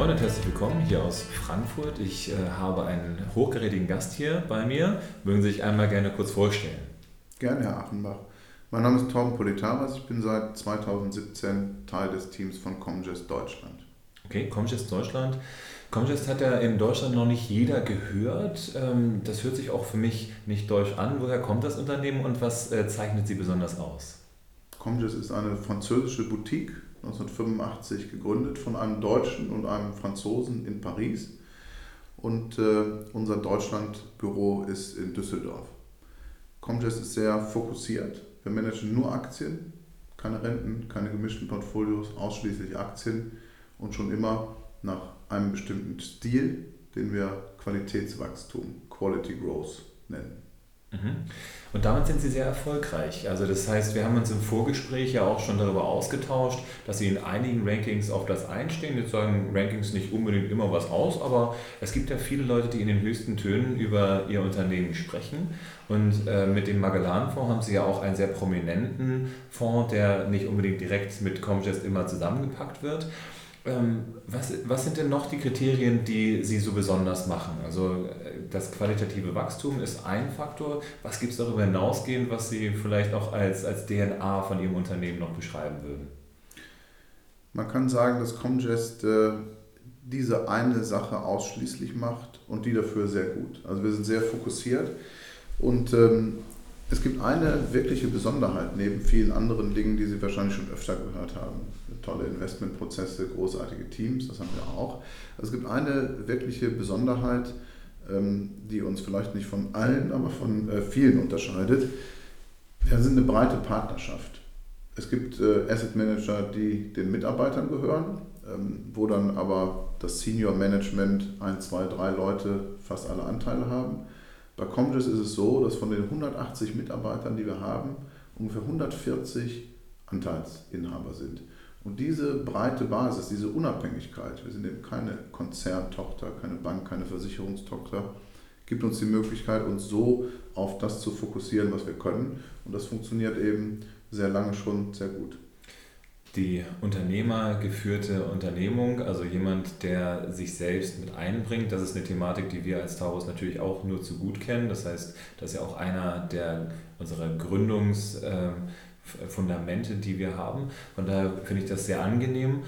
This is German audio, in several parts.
Moin und herzlich willkommen hier aus Frankfurt. Ich habe einen hochkarätigen Gast hier bei mir. Mögen Sie sich einmal gerne kurz vorstellen? Gerne, Herr Achenbach. Mein Name ist Torben Politaras. Ich bin seit 2017 Teil des Teams von Comgest Deutschland. Okay, Comgest Deutschland. Comgest hat ja in Deutschland noch nicht jeder gehört. Das hört sich auch für mich nicht deutsch an. Woher kommt das Unternehmen und was zeichnet Sie besonders aus? Comgest ist eine französische Boutique, 1985 gegründet von einem Deutschen und einem Franzosen in Paris. Und unser Deutschlandbüro ist in Düsseldorf. Comgest ist sehr fokussiert. Wir managen nur Aktien, keine Renten, keine gemischten Portfolios, ausschließlich Aktien und schon immer nach einem bestimmten Stil, den wir Qualitätswachstum, Quality Growth nennen. Und damit sind Sie sehr erfolgreich. Also das heißt, wir haben uns im Vorgespräch ja auch schon darüber ausgetauscht, dass Sie in einigen Rankings auf Platz 1 stehen. Jetzt sagen Rankings nicht unbedingt immer was aus, aber es gibt ja viele Leute, die in den höchsten Tönen über ihr Unternehmen sprechen. Und mit dem Magellan-Fonds haben Sie ja auch einen sehr prominenten Fonds, der nicht unbedingt direkt mit Comgest immer zusammengepackt wird. Was sind denn noch die Kriterien, die Sie so besonders machen? Also das qualitative Wachstum ist ein Faktor. Was gibt es darüber hinausgehend, was Sie vielleicht auch als DNA von Ihrem Unternehmen noch beschreiben würden? Man kann sagen, dass Comgest diese eine Sache ausschließlich macht und die dafür sehr gut. Also wir sind sehr fokussiert und es gibt eine wirkliche Besonderheit neben vielen anderen Dingen, die Sie wahrscheinlich schon öfter gehört haben. Tolle Investmentprozesse, großartige Teams, das haben wir auch. Also es gibt eine wirkliche Besonderheit, die uns vielleicht nicht von allen, aber von vielen unterscheidet. Wir sind eine breite Partnerschaft. Es gibt Asset Manager, die den Mitarbeitern gehören, wo dann aber das Senior Management 1, 2, 3 Leute fast alle Anteile haben. Bei Comgest ist es so, dass von den 180 Mitarbeitern, die wir haben, ungefähr 140 Anteilsinhaber sind. Und diese breite Basis, diese Unabhängigkeit, wir sind eben keine Konzerntochter, keine Bank, keine Versicherungstochter, gibt uns die Möglichkeit, uns so auf das zu fokussieren, was wir können. Und das funktioniert eben sehr lange schon sehr gut. Die unternehmergeführte Unternehmung, also jemand, der sich selbst mit einbringt, das ist eine Thematik, die wir als Taurus natürlich auch nur zu gut kennen. Das heißt, das ist ja auch einer unserer Gründungsfundamente, die wir haben. Von daher finde ich das sehr angenehm.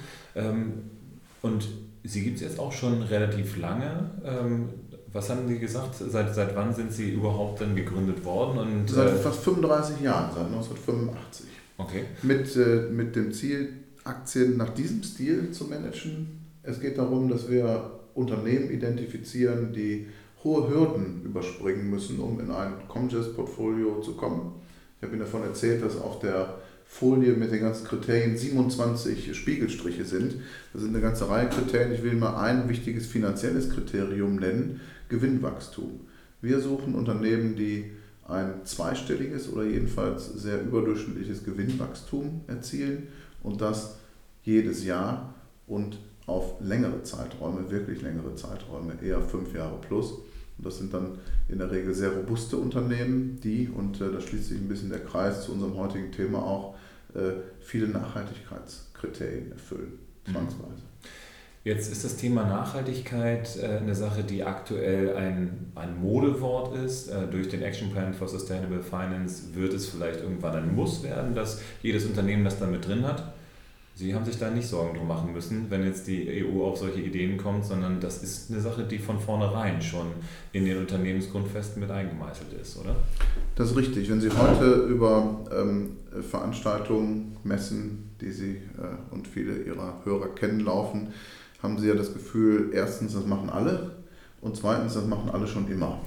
Und Sie gibt es jetzt auch schon relativ lange. Was haben Sie gesagt? Seit wann sind Sie überhaupt dann gegründet worden? Und, seit fast 35 Jahren, seit 1985. Okay. Mit dem Ziel, Aktien nach diesem Stil zu managen. Es geht darum, dass wir Unternehmen identifizieren, die hohe Hürden überspringen müssen, um in ein Comgest-Portfolio zu kommen. Ich habe Ihnen davon erzählt, dass auf der Folie mit den ganzen Kriterien 27 Spiegelstriche sind. Das sind eine ganze Reihe Kriterien. Ich will mal ein wichtiges finanzielles Kriterium nennen, Gewinnwachstum. Wir suchen Unternehmen, die ein zweistelliges oder jedenfalls sehr überdurchschnittliches Gewinnwachstum erzielen und das jedes Jahr und auf längere Zeiträume, wirklich längere Zeiträume, eher 5 Jahre plus. Und das sind dann in der Regel sehr robuste Unternehmen, die, und da schließt sich ein bisschen der Kreis zu unserem heutigen Thema auch, viele Nachhaltigkeitskriterien erfüllen, zwangsweise. Jetzt ist das Thema Nachhaltigkeit eine Sache, die aktuell ein Modewort ist. Durch den Action Plan for Sustainable Finance wird es vielleicht irgendwann ein Muss werden, dass jedes Unternehmen das da mit drin hat. Sie haben sich da nicht Sorgen drum machen müssen, wenn jetzt die EU auf solche Ideen kommt, sondern das ist eine Sache, die von vornherein schon in den Unternehmensgrundfesten mit eingemeißelt ist, oder? Das ist richtig. Wenn Sie heute über Veranstaltungen, Messen, die Sie und viele Ihrer Hörer kennen, laufen, haben Sie ja das Gefühl, erstens, das machen alle und zweitens, das machen alle schon immer.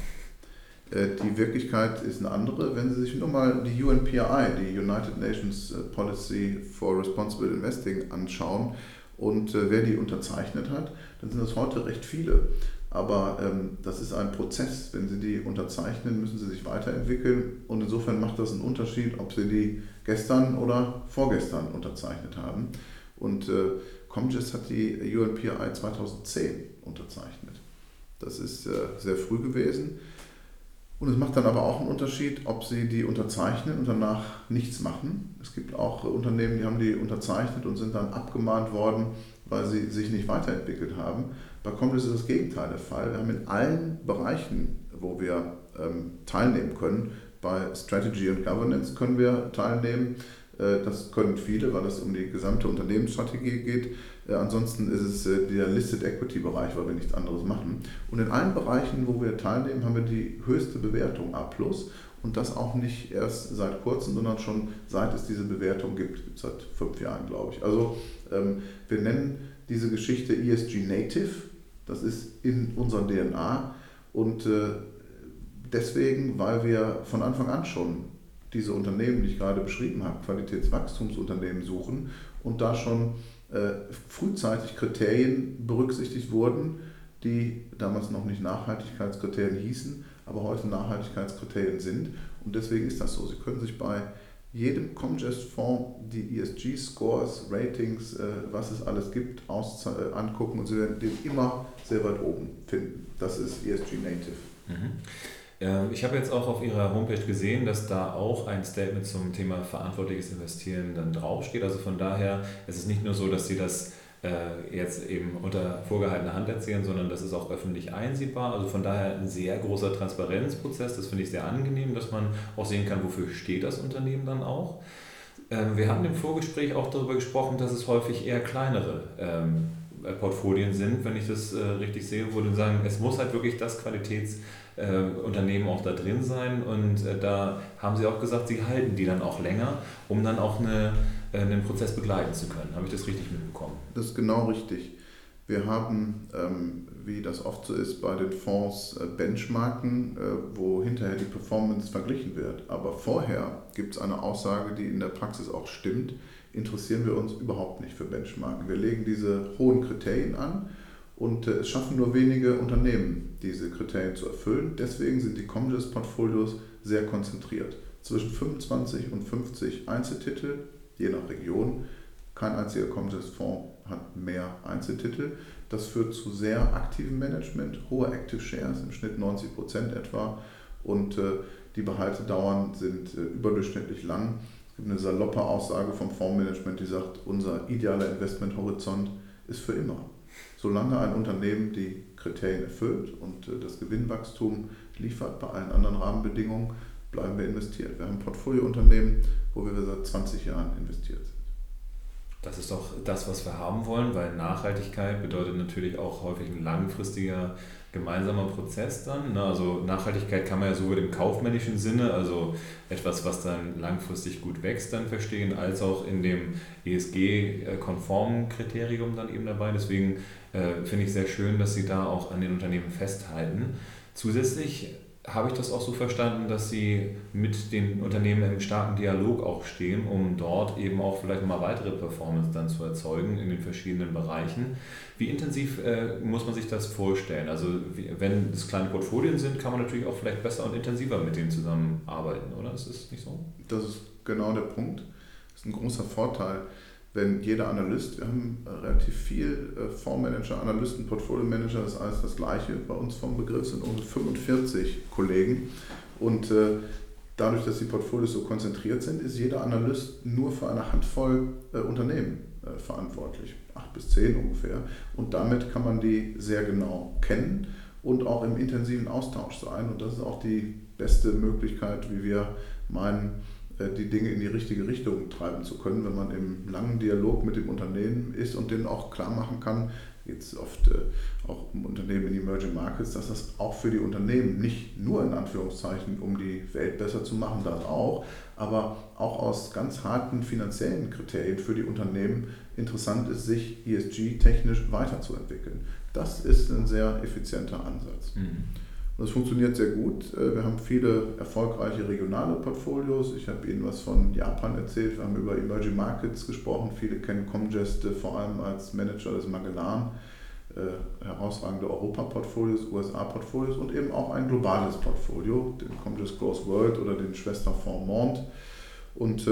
Die Wirklichkeit ist eine andere. Wenn Sie sich nur mal die UNPRI, die United Nations Policy for Responsible Investing, anschauen und wer die unterzeichnet hat, dann sind das heute recht viele. Aber das ist ein Prozess. Wenn Sie die unterzeichnen, müssen Sie sich weiterentwickeln und insofern macht das einen Unterschied, ob Sie die gestern oder vorgestern unterzeichnet haben. Und Comgest hat die UNPRI 2010 unterzeichnet. Das ist sehr früh gewesen. Und es macht dann aber auch einen Unterschied, ob Sie die unterzeichnen und danach nichts machen. Es gibt auch Unternehmen, die haben die unterzeichnet und sind dann abgemahnt worden, weil sie sich nicht weiterentwickelt haben. Bei Comgest ist das Gegenteil der Fall. Wir haben in allen Bereichen, wo wir teilnehmen können, bei Strategy und Governance können wir teilnehmen. Das können viele, weil es um die gesamte Unternehmensstrategie geht. Ansonsten ist es der Listed Equity Bereich, weil wir nichts anderes machen. Und in allen Bereichen, wo wir teilnehmen, haben wir die höchste Bewertung A+. Und das auch nicht erst seit kurzem, sondern schon seit es diese Bewertung gibt seit 5 Jahren, glaube ich. Also wir nennen diese Geschichte ESG Native. Das ist in unserer DNA. Und deswegen, weil wir von Anfang an schon diese Unternehmen, die ich gerade beschrieben habe, Qualitätswachstumsunternehmen suchen und da schon frühzeitig Kriterien berücksichtigt wurden, die damals noch nicht Nachhaltigkeitskriterien hießen, aber heute Nachhaltigkeitskriterien sind. Und deswegen ist das so. Sie können sich bei jedem Comgest-Fonds die ESG-Scores, Ratings, was es alles gibt, angucken und Sie werden den immer sehr weit oben finden. Das ist ESG Native. Ich habe jetzt auch auf Ihrer Homepage gesehen, dass da auch ein Statement zum Thema verantwortliches Investieren dann draufsteht. Also von daher ist es nicht nur so, dass Sie das jetzt eben unter vorgehaltener Hand erzählen, sondern das ist auch öffentlich einsehbar. Also von daher ein sehr großer Transparenzprozess. Das finde ich sehr angenehm, dass man auch sehen kann, wofür steht das Unternehmen dann auch. Wir hatten im Vorgespräch auch darüber gesprochen, dass es häufig eher kleinere Portfolien sind, wenn ich das richtig sehe, wo dann sagen, es muss halt wirklich das Qualitätsunternehmen auch da drin sein und da haben Sie auch gesagt, Sie halten die dann auch länger, um dann auch einen Prozess begleiten zu können. Habe ich das richtig mitbekommen? Das ist genau richtig. Wir haben, wie das oft so ist, bei den Fonds Benchmarken, wo hinterher die Performance verglichen wird. Aber vorher gibt es eine Aussage, die in der Praxis auch stimmt, interessieren wir uns überhaupt nicht für Benchmarken. Wir legen diese hohen Kriterien an und es schaffen nur wenige Unternehmen, diese Kriterien zu erfüllen. Deswegen sind die Comgest-Portfolios sehr konzentriert. Zwischen 25 und 50 Einzeltitel, je nach Region. Kein einziger Comgest-Fonds hat mehr Einzeltitel. Das führt zu sehr aktivem Management, hohe Active Shares, im Schnitt 90% etwa. Und die Behaltedauern sind überdurchschnittlich lang. Es gibt eine saloppe Aussage vom Fondsmanagement, die sagt, unser idealer Investmenthorizont ist für immer. Solange ein Unternehmen die Kriterien erfüllt und das Gewinnwachstum liefert bei allen anderen Rahmenbedingungen, bleiben wir investiert. Wir haben Portfoliounternehmen, wo wir seit 20 Jahren investiert sind. Das ist doch das, was wir haben wollen, weil Nachhaltigkeit bedeutet natürlich auch häufig ein langfristiger gemeinsamer Prozess dann. Also Nachhaltigkeit kann man ja sowohl im kaufmännischen Sinne, also etwas, was dann langfristig gut wächst, dann verstehen, als auch in dem ESG-konformen Kriterium dann eben dabei. Deswegen finde ich sehr schön, dass Sie da auch an den Unternehmen festhalten. Zusätzlich habe ich das auch so verstanden, dass Sie mit den Unternehmen im starken Dialog auch stehen, um dort eben auch vielleicht nochmal weitere Performance dann zu erzeugen in den verschiedenen Bereichen. Wie intensiv muss man sich das vorstellen? Also wenn es kleine Portfolien sind, kann man natürlich auch vielleicht besser und intensiver mit denen zusammenarbeiten, oder? Ist das nicht so? Das ist genau der Punkt. Das ist ein großer Vorteil, wenn jeder Analyst, wir haben relativ viel Fondsmanager, Analysten, Portfolio-Manager, das ist alles das Gleiche bei uns vom Begriff, sind ungefähr 45 Kollegen und dadurch, dass die Portfolios so konzentriert sind, ist jeder Analyst nur für eine Handvoll Unternehmen verantwortlich, 8 bis 10 ungefähr, und damit kann man die sehr genau kennen und auch im intensiven Austausch sein, und das ist auch die beste Möglichkeit, wie wir meinen, die Dinge in die richtige Richtung treiben zu können, wenn man im langen Dialog mit dem Unternehmen ist und denen auch klar machen kann, jetzt oft auch um Unternehmen in Emerging Markets, dass das auch für die Unternehmen nicht nur in Anführungszeichen, um die Welt besser zu machen, das auch, aber auch aus ganz harten finanziellen Kriterien für die Unternehmen interessant ist, sich ESG-technisch weiterzuentwickeln. Das ist ein sehr effizienter Ansatz. Das funktioniert sehr gut. Wir haben viele erfolgreiche regionale Portfolios. Ich habe Ihnen was von Japan erzählt. Wir haben über Emerging Markets gesprochen. Viele kennen Comgest vor allem als Manager des Magellan. Herausragende Europa-Portfolios, USA-Portfolios und eben auch ein globales Portfolio, den Comgest Growth World oder den Schwesterfonds Monde. Und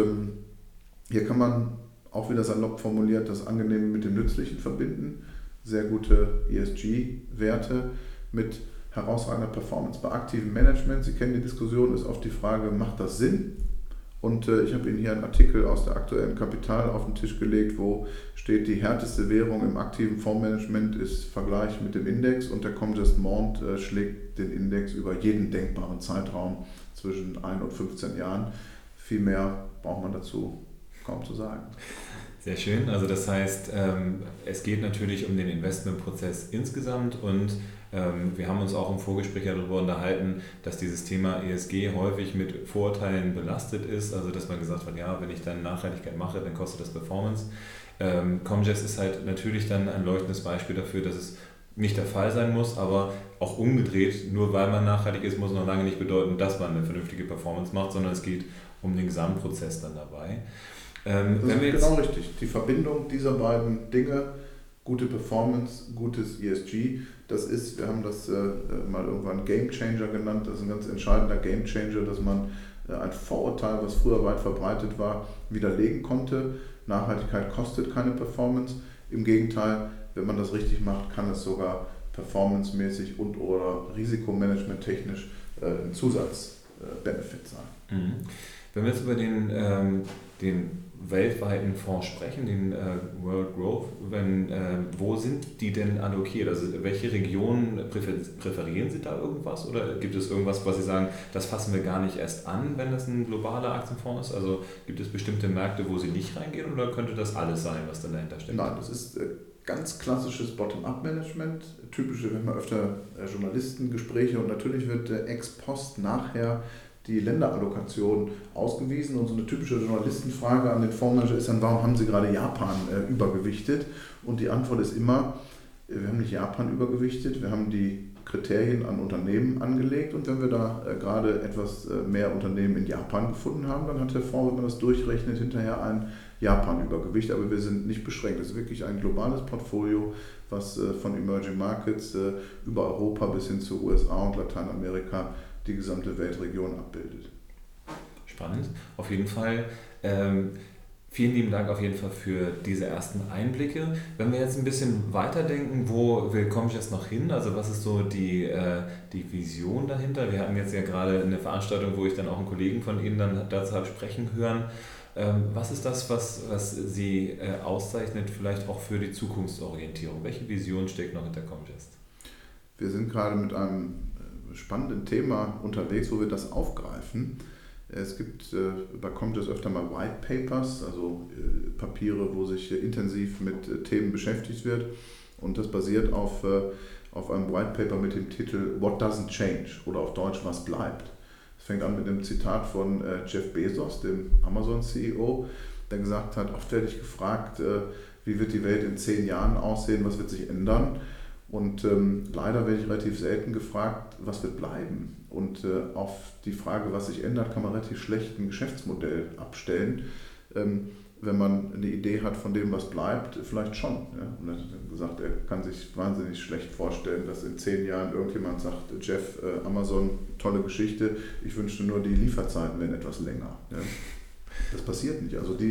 hier kann man auch wieder salopp formuliert das Angenehme mit dem Nützlichen verbinden. Sehr gute ESG-Werte mit herausragender Performance. Bei aktivem Management, Sie kennen die Diskussion, ist oft die Frage, macht das Sinn? Und ich habe Ihnen hier einen Artikel aus der aktuellen Kapital auf den Tisch gelegt, wo steht, die härteste Währung im aktiven Fondsmanagement ist Vergleich mit dem Index, und der Comgest Mond schlägt den Index über jeden denkbaren Zeitraum zwischen 1 und 15 Jahren. Viel mehr braucht man dazu kaum zu sagen. Sehr schön. Also das heißt, es geht natürlich um den Investmentprozess insgesamt, und wir haben uns auch im Vorgespräch darüber unterhalten, dass dieses Thema ESG häufig mit Vorurteilen belastet ist. Also dass man gesagt hat, ja, wenn ich dann Nachhaltigkeit mache, dann kostet das Performance. Comgest ist halt natürlich dann ein leuchtendes Beispiel dafür, dass es nicht der Fall sein muss, aber auch umgedreht, nur weil man nachhaltig ist, muss noch lange nicht bedeuten, dass man eine vernünftige Performance macht, sondern es geht um den Gesamtprozess dann dabei. Das ist genau richtig. Die Verbindung dieser beiden Dinge, gute Performance, gutes ESG, das ist, wir haben das mal irgendwann Game Changer genannt, das ist ein ganz entscheidender Game Changer, dass man ein Vorurteil, was früher weit verbreitet war, widerlegen konnte. Nachhaltigkeit kostet keine Performance. Im Gegenteil, wenn man das richtig macht, kann es sogar performancemäßig und oder risikomanagementtechnisch ein Zusatzbenefit sein. Mhm. Wenn wir jetzt über den weltweiten Fonds sprechen, den World Growth, wo sind die denn allokiert? Also welche Regionen präferieren Sie da irgendwas? Oder gibt es irgendwas, was Sie sagen, das fassen wir gar nicht erst an, wenn das ein globaler Aktienfonds ist? Also gibt es bestimmte Märkte, wo Sie nicht reingehen, oder könnte das alles sein, was dann dahinter steckt? Nein, das ist ganz klassisches Bottom-up-Management, typische, wenn man öfter Journalistengespräche, und natürlich wird ex post nachher die Länderallokation ausgewiesen, und so eine typische Journalistenfrage an den Fondsmanager ist dann, warum haben Sie gerade Japan übergewichtet? Und die Antwort ist immer, wir haben nicht Japan übergewichtet, wir haben die Kriterien an Unternehmen angelegt, und wenn wir da gerade etwas mehr Unternehmen in Japan gefunden haben, dann hat der Fonds, wenn man das durchrechnet, hinterher ein Japan-Übergewicht, aber wir sind nicht beschränkt. Es ist wirklich ein globales Portfolio, was von Emerging Markets über Europa bis hin zu USA und Lateinamerika die gesamte Weltregion abbildet. Spannend, auf jeden Fall. Vielen lieben Dank auf jeden Fall für diese ersten Einblicke. Wenn wir jetzt ein bisschen weiterdenken, wo will Comgest noch hin? Also was ist so die Vision dahinter? Wir hatten jetzt ja gerade eine Veranstaltung, wo ich dann auch einen Kollegen von Ihnen dann dazu habe sprechen hören. Was ist das, was Sie auszeichnet, vielleicht auch für die Zukunftsorientierung? Welche Vision steckt noch hinter Comgest? Wir sind gerade mit einem spannenden Thema unterwegs, wo wir das aufgreifen. Es gibt bei Comgest öfter mal White Papers, also Papiere, wo sich intensiv mit Themen beschäftigt wird, und das basiert auf einem White Paper mit dem Titel What Doesn't Change, oder auf Deutsch Was bleibt. Es fängt an mit einem Zitat von Jeff Bezos, dem Amazon-CEO, der gesagt hat, oft werde ich gefragt, wie wird die Welt in 10 Jahren aussehen, was wird sich ändern? Und leider werde ich relativ selten gefragt, was wird bleiben. Und auf die Frage, was sich ändert, kann man relativ schlecht ein Geschäftsmodell abstellen. Wenn man eine Idee hat von dem, was bleibt, vielleicht schon. Ja? Und er hat gesagt, er kann sich wahnsinnig schlecht vorstellen, dass in 10 Jahren irgendjemand sagt, Jeff, Amazon, tolle Geschichte, ich wünschte nur, die Lieferzeiten wären etwas länger. Ja? Das passiert nicht. Also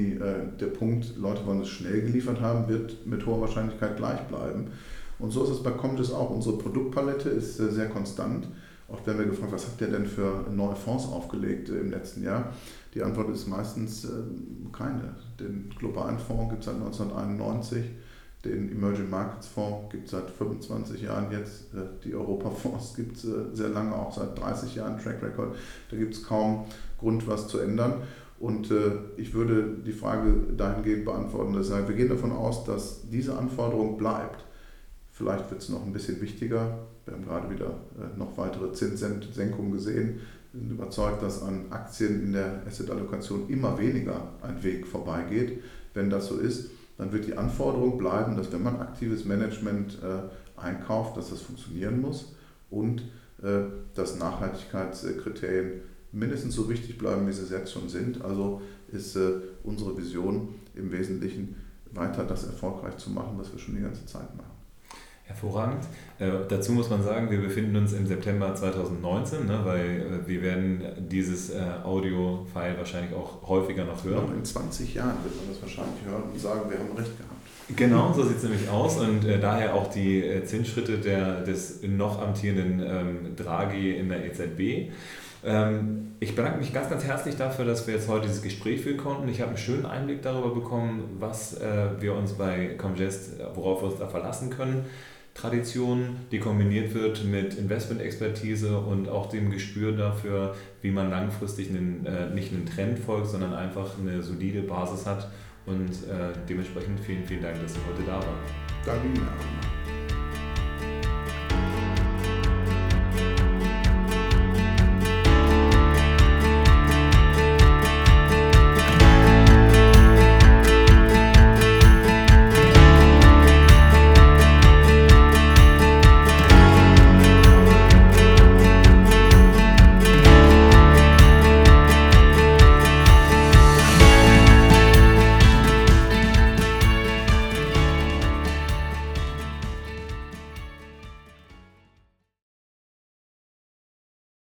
der Punkt, Leute wollen es schnell geliefert haben, wird mit hoher Wahrscheinlichkeit gleich bleiben. Und so ist es bei Comgest auch. Unsere Produktpalette ist sehr konstant. Oft werden wir gefragt, was habt ihr denn für neue Fonds aufgelegt im letzten Jahr? Die Antwort ist meistens keine. Den globalen Fonds gibt es seit 1991, den Emerging Markets Fonds gibt es seit 25 Jahren jetzt, die Europa-Fonds gibt es sehr lange, auch seit 30 Jahren Track Record. Da gibt es kaum Grund, was zu ändern. Und ich würde die Frage dahingehend beantworten, dass ich sage, wir gehen davon aus, dass diese Anforderung bleibt. Vielleicht wird es noch ein bisschen wichtiger. Wir haben gerade wieder noch weitere Zinssenkungen gesehen. Wir sind überzeugt, dass an Aktien in der Asset-Allokation immer weniger ein Weg vorbeigeht. Wenn das so ist, dann wird die Anforderung bleiben, dass wenn man aktives Management einkauft, dass das funktionieren muss, und dass Nachhaltigkeitskriterien mindestens so wichtig bleiben, wie sie jetzt schon sind. Also ist unsere Vision im Wesentlichen, weiter das erfolgreich zu machen, was wir schon die ganze Zeit machen. Hervorragend. Dazu muss man sagen, wir befinden uns im September 2019, weil wir werden dieses Audio-File wahrscheinlich auch häufiger noch hören. In 20 Jahren wird man das wahrscheinlich hören und sagen, wir haben recht gehabt. Genau, so sieht es nämlich aus und daher auch die Zinsschritte des noch amtierenden Draghi in der EZB. Ich bedanke mich ganz, ganz herzlich dafür, dass wir jetzt heute dieses Gespräch führen konnten. Ich habe einen schönen Einblick darüber bekommen, was wir uns bei Comgest, worauf wir uns da verlassen können. Tradition, die kombiniert wird mit Investmentexpertise und auch dem Gespür dafür, wie man langfristig nicht einen Trend folgt, sondern einfach eine solide Basis hat. Und dementsprechend vielen, vielen Dank, dass Sie heute da waren. Danke Ihnen.